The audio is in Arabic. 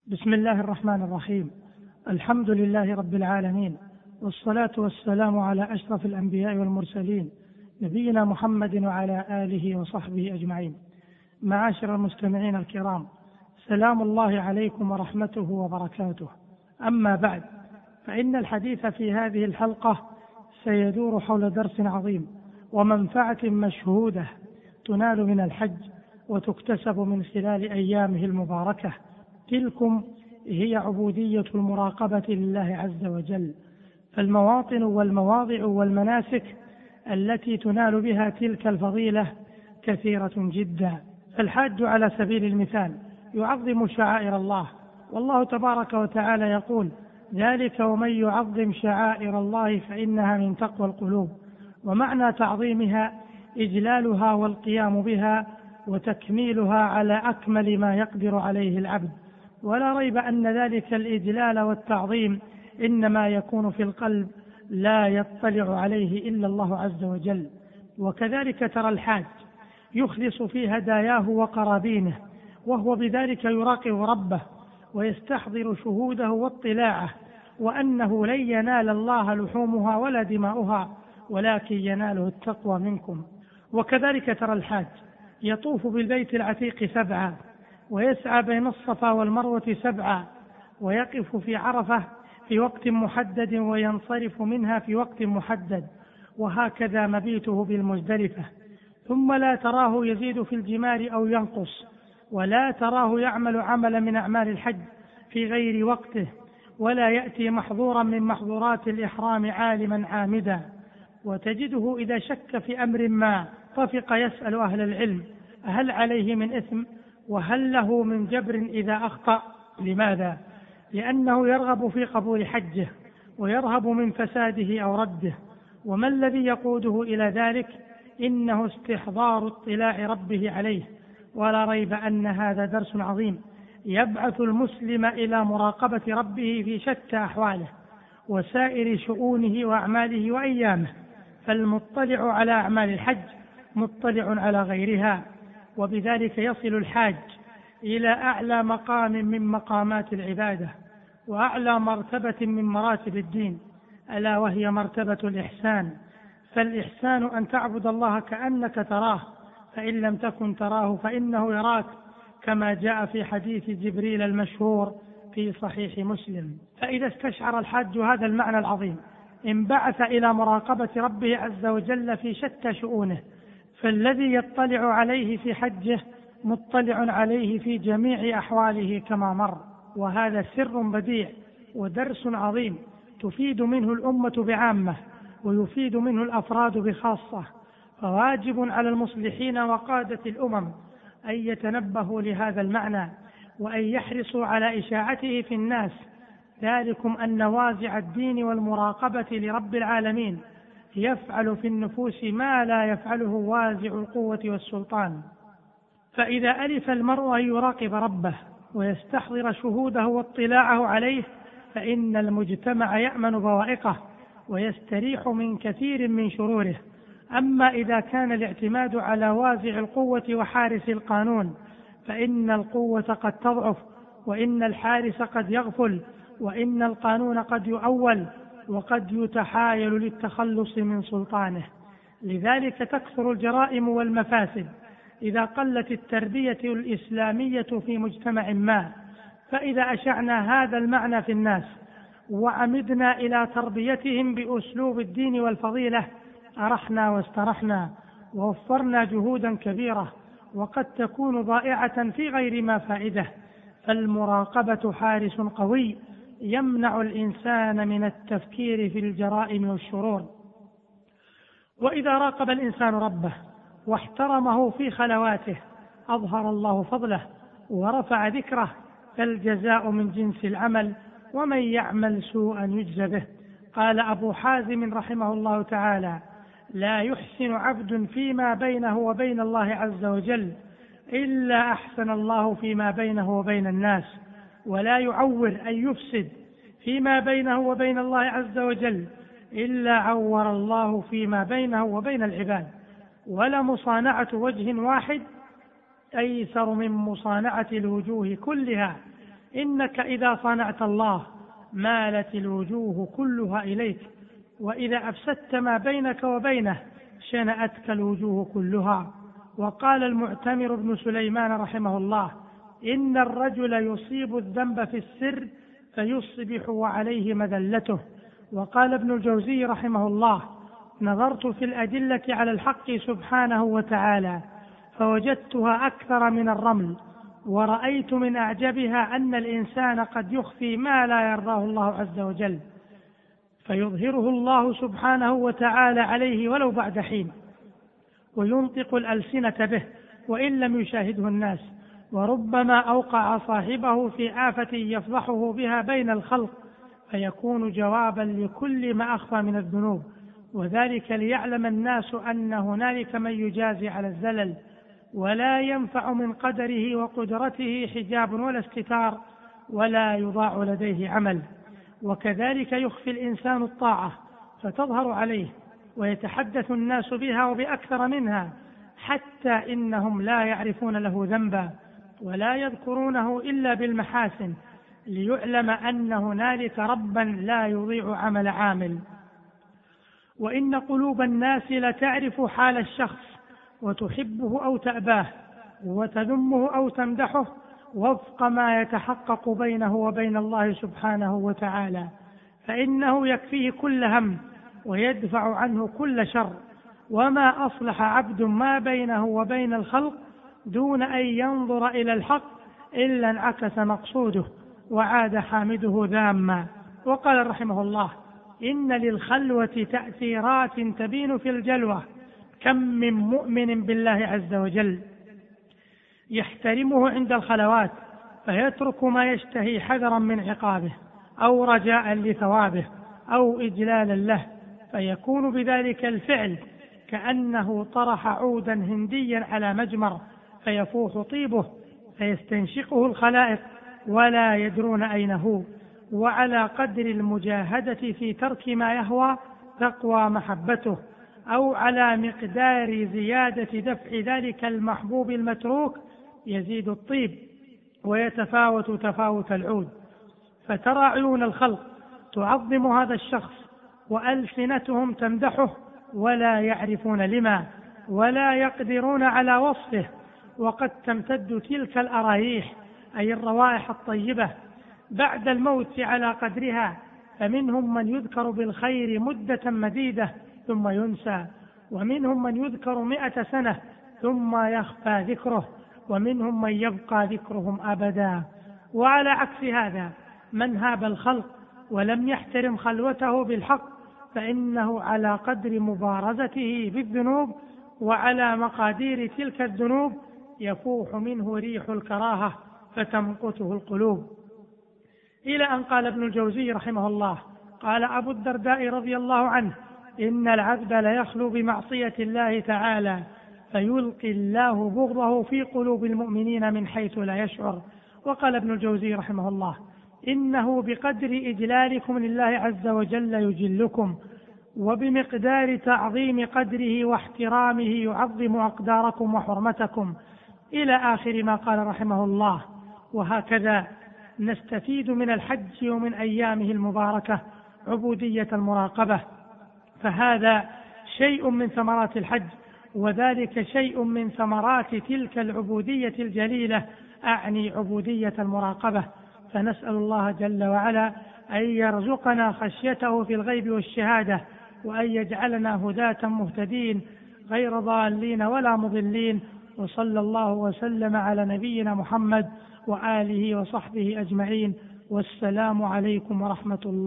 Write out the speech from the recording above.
بسم الله الرحمن الرحيم. الحمد لله رب العالمين، والصلاة والسلام على أشرف الأنبياء والمرسلين نبينا محمد وعلى آله وصحبه أجمعين. معاشر المستمعين الكرام، سلام الله عليكم ورحمته وبركاته. أما بعد، فإن الحديث في هذه الحلقة سيدور حول درس عظيم ومنفعة مشهودة تنال من الحج وتكتسب من خلال أيامه المباركة. تلكم هي عبودية المراقبة لله عز وجل، فالمواطن والمواضع والمناسك التي تنال بها تلك الفضيلة كثيرة جدا. فالحاج على سبيل المثال يعظم شعائر الله، والله تبارك وتعالى يقول: ذلك ومن يعظم شعائر الله فإنها من تقوى القلوب. ومعنى تعظيمها إجلالها والقيام بها وتكميلها على أكمل ما يقدر عليه العبد، ولا ريب أن ذلك الإجلال والتعظيم إنما يكون في القلب، لا يطلع عليه إلا الله عز وجل. وكذلك ترى الحاج يخلص في هداياه وقرابينه، وهو بذلك يراقب ربه ويستحضر شهوده واطلاعه، وأنه لن ينال الله لحومها ولا دماؤها، ولكن يناله التقوى منكم. وكذلك ترى الحاج يطوف بالبيت العتيق 7، ويسعى بين الصفا والمروة 7، ويقف في عرفة في وقت محدد وينصرف منها في وقت محدد، وهكذا مبيته بالمزدلفة. ثم لا تراه يزيد في الجمار أو ينقص، ولا تراه يعمل عمل من أعمال الحج في غير وقته، ولا يأتي محظورا من محظورات الإحرام عالما عامدا. وتجده إذا شك في أمر ما طفق يسأل أهل العلم: هل عليه من إثم؟ وهل له من جبر إذا أخطأ؟ لماذا؟ لأنه يرغب في قبول حجه ويرهب من فساده أو رده. وما الذي يقوده إلى ذلك؟ إنه استحضار اطلاع ربه عليه. ولا ريب أن هذا درس عظيم يبعث المسلم إلى مراقبة ربه في شتى أحواله وسائر شؤونه وأعماله وأيامه. فالمطلع على أعمال الحج مطلع على غيرها، وبذلك يصل الحاج إلى أعلى مقام من مقامات العبادة وأعلى مرتبة من مراتب الدين، ألا وهي مرتبة الإحسان. فالإحسان أن تعبد الله كأنك تراه، فإن لم تكن تراه فإنه يراك، كما جاء في حديث جبريل المشهور في صحيح مسلم. فإذا استشعر الحاج هذا المعنى العظيم انبعث إلى مراقبة ربه عز وجل في شتى شؤونه. فالذي يطلع عليه في حجه مطلع عليه في جميع أحواله كما مر. وهذا سر بديع ودرس عظيم تفيد منه الأمة بعامة ويفيد منه الأفراد بخاصة. فواجب على المصلحين وقادة الأمم أن يتنبهوا لهذا المعنى وأن يحرصوا على إشاعته في الناس. ذلكم أن وازع الدين والمراقبة لرب العالمين يفعل في النفوس ما لا يفعله وازع القوة والسلطان. فإذا ألف المرء أن يراقب ربه ويستحضر شهوده واطلاعه عليه، فإن المجتمع يأمن بوائقه ويستريح من كثير من شروره. أما إذا كان الاعتماد على وازع القوة وحارس القانون، فإن القوة قد تضعف، وإن الحارس قد يغفل، وإن القانون قد يؤول، وقد يتحايل للتخلص من سلطانه. لذلك تكثر الجرائم والمفاسد إذا قلت التربية الإسلامية في مجتمع ما. فإذا أشعنا هذا المعنى في الناس وعمدنا إلى تربيتهم بأسلوب الدين والفضيلة، أرحنا واسترحنا ووفرنا جهودا كبيرة وقد تكون ضائعة في غير ما فائدة. فالمراقبة حارس قوي يمنع الإنسان من التفكير في الجرائم والشرور. وإذا راقب الإنسان ربه واحترمه في خلواته أظهر الله فضله ورفع ذكره، فالجزاء من جنس العمل، ومن يعمل سوءا يجز به. قال أبو حازم رحمه الله تعالى: لا يحسن عبد فيما بينه وبين الله عز وجل إلا أحسن الله فيما بينه وبين الناس، ولا يعور أن يفسد فيما بينه وبين الله عز وجل إلا عور الله فيما بينه وبين العباد. ولمصانعة وجه واحد أيسر من مصانعة الوجوه كلها، إنك إذا صنعت الله مالت الوجوه كلها إليك، وإذا أفسدت ما بينك وبينه شنأتك الوجوه كلها. وقال المعتمر بن سليمان رحمه الله: إن الرجل يصيب الذنب في السر فيصبح وعليه مذلته. وقال ابن الجوزي رحمه الله: نظرت في الأدلة على الحق سبحانه وتعالى فوجدتها أكثر من الرمل، ورأيت من أعجبها أن الإنسان قد يخفي ما لا يرضاه الله عز وجل فيظهره الله سبحانه وتعالى عليه ولو بعد حين، وينطق الألسنة به وإن لم يشاهده الناس، وربما أوقع صاحبه في آفة يفضحه بها بين الخلق فيكون جوابا لكل ما أخفى من الذنوب، وذلك ليعلم الناس أن هنالك من يجازي على الزلل، ولا ينفع من قدره وقدرته حجاب ولا استتار، ولا يضاع لديه عمل. وكذلك يخفي الإنسان الطاعة فتظهر عليه ويتحدث الناس بها وبأكثر منها، حتى إنهم لا يعرفون له ذنبا ولا يذكرونه إلا بالمحاسن، ليعلم أن هنالك ربا لا يضيع عمل عامل. وإن قلوب الناس لتعرف حال الشخص وتحبه أو تأباه وتذمه أو تمدحه وفق ما يتحقق بينه وبين الله سبحانه وتعالى، فإنه يكفيه كل هم ويدفع عنه كل شر. وما أصلح عبد ما بينه وبين الخلق دون أن ينظر إلى الحق إلا انعكس مقصوده وعاد حامده ذاما. وقال رحمه الله: إن للخلوة تأثيرات تبين في الجلوة، كم من مؤمن بالله عز وجل يحترمه عند الخلوات فيترك ما يشتهي حذرا من عقابه أو رجاء لثوابه أو إجلالا له، فيكون بذلك الفعل كأنه طرح عودا هنديا على مجمر فيفوح طيبه فيستنشقه الخلائق ولا يدرون أين هو. وعلى قدر المجاهدة في ترك ما يهوى تقوى محبته، أو على مقدار زيادة دفع ذلك المحبوب المتروك يزيد الطيب ويتفاوت تفاوت العود. فترى عيون الخلق تعظم هذا الشخص وألسنتهم تمدحه ولا يعرفون لما ولا يقدرون على وصفه، وقد تمتد تلك الأرايح أي الروائح الطيبة بعد الموت على قدرها، فمنهم من يذكر بالخير مدة مديدة ثم ينسى، ومنهم من يذكر 100 سنة ثم يخفى ذكره، ومنهم من يبقى ذكرهم أبدا. وعلى عكس هذا من هاب الخلق ولم يحترم خلوته بالحق فإنه على قدر مبارزته بالذنوب وعلى مقادير تلك الذنوب يفوح منه ريح الكراهة فتمقته القلوب. إلى أن قال ابن الجوزي رحمه الله: قال أبو الدرداء رضي الله عنه: إن العبد ليخلو بمعصية الله تعالى فيلقي الله بغضه في قلوب المؤمنين من حيث لا يشعر. وقال ابن الجوزي رحمه الله: إنه بقدر إجلالكم لله عز وجل يجلكم، وبمقدار تعظيم قدره واحترامه يعظم أقداركم وحرمتكم، إلى آخر ما قال رحمه الله. وهكذا نستفيد من الحج ومن أيامه المباركة عبودية المراقبة، فهذا شيء من ثمرات الحج، وذلك شيء من ثمرات تلك العبودية الجليلة، أعني عبودية المراقبة. فنسأل الله جل وعلا أن يرزقنا خشيته في الغيب والشهادة، وأن يجعلنا هداة مهتدين غير ضالين ولا مضلين. وصلى الله وسلم على نبينا محمد وآله وصحبه أجمعين، والسلام عليكم ورحمة الله.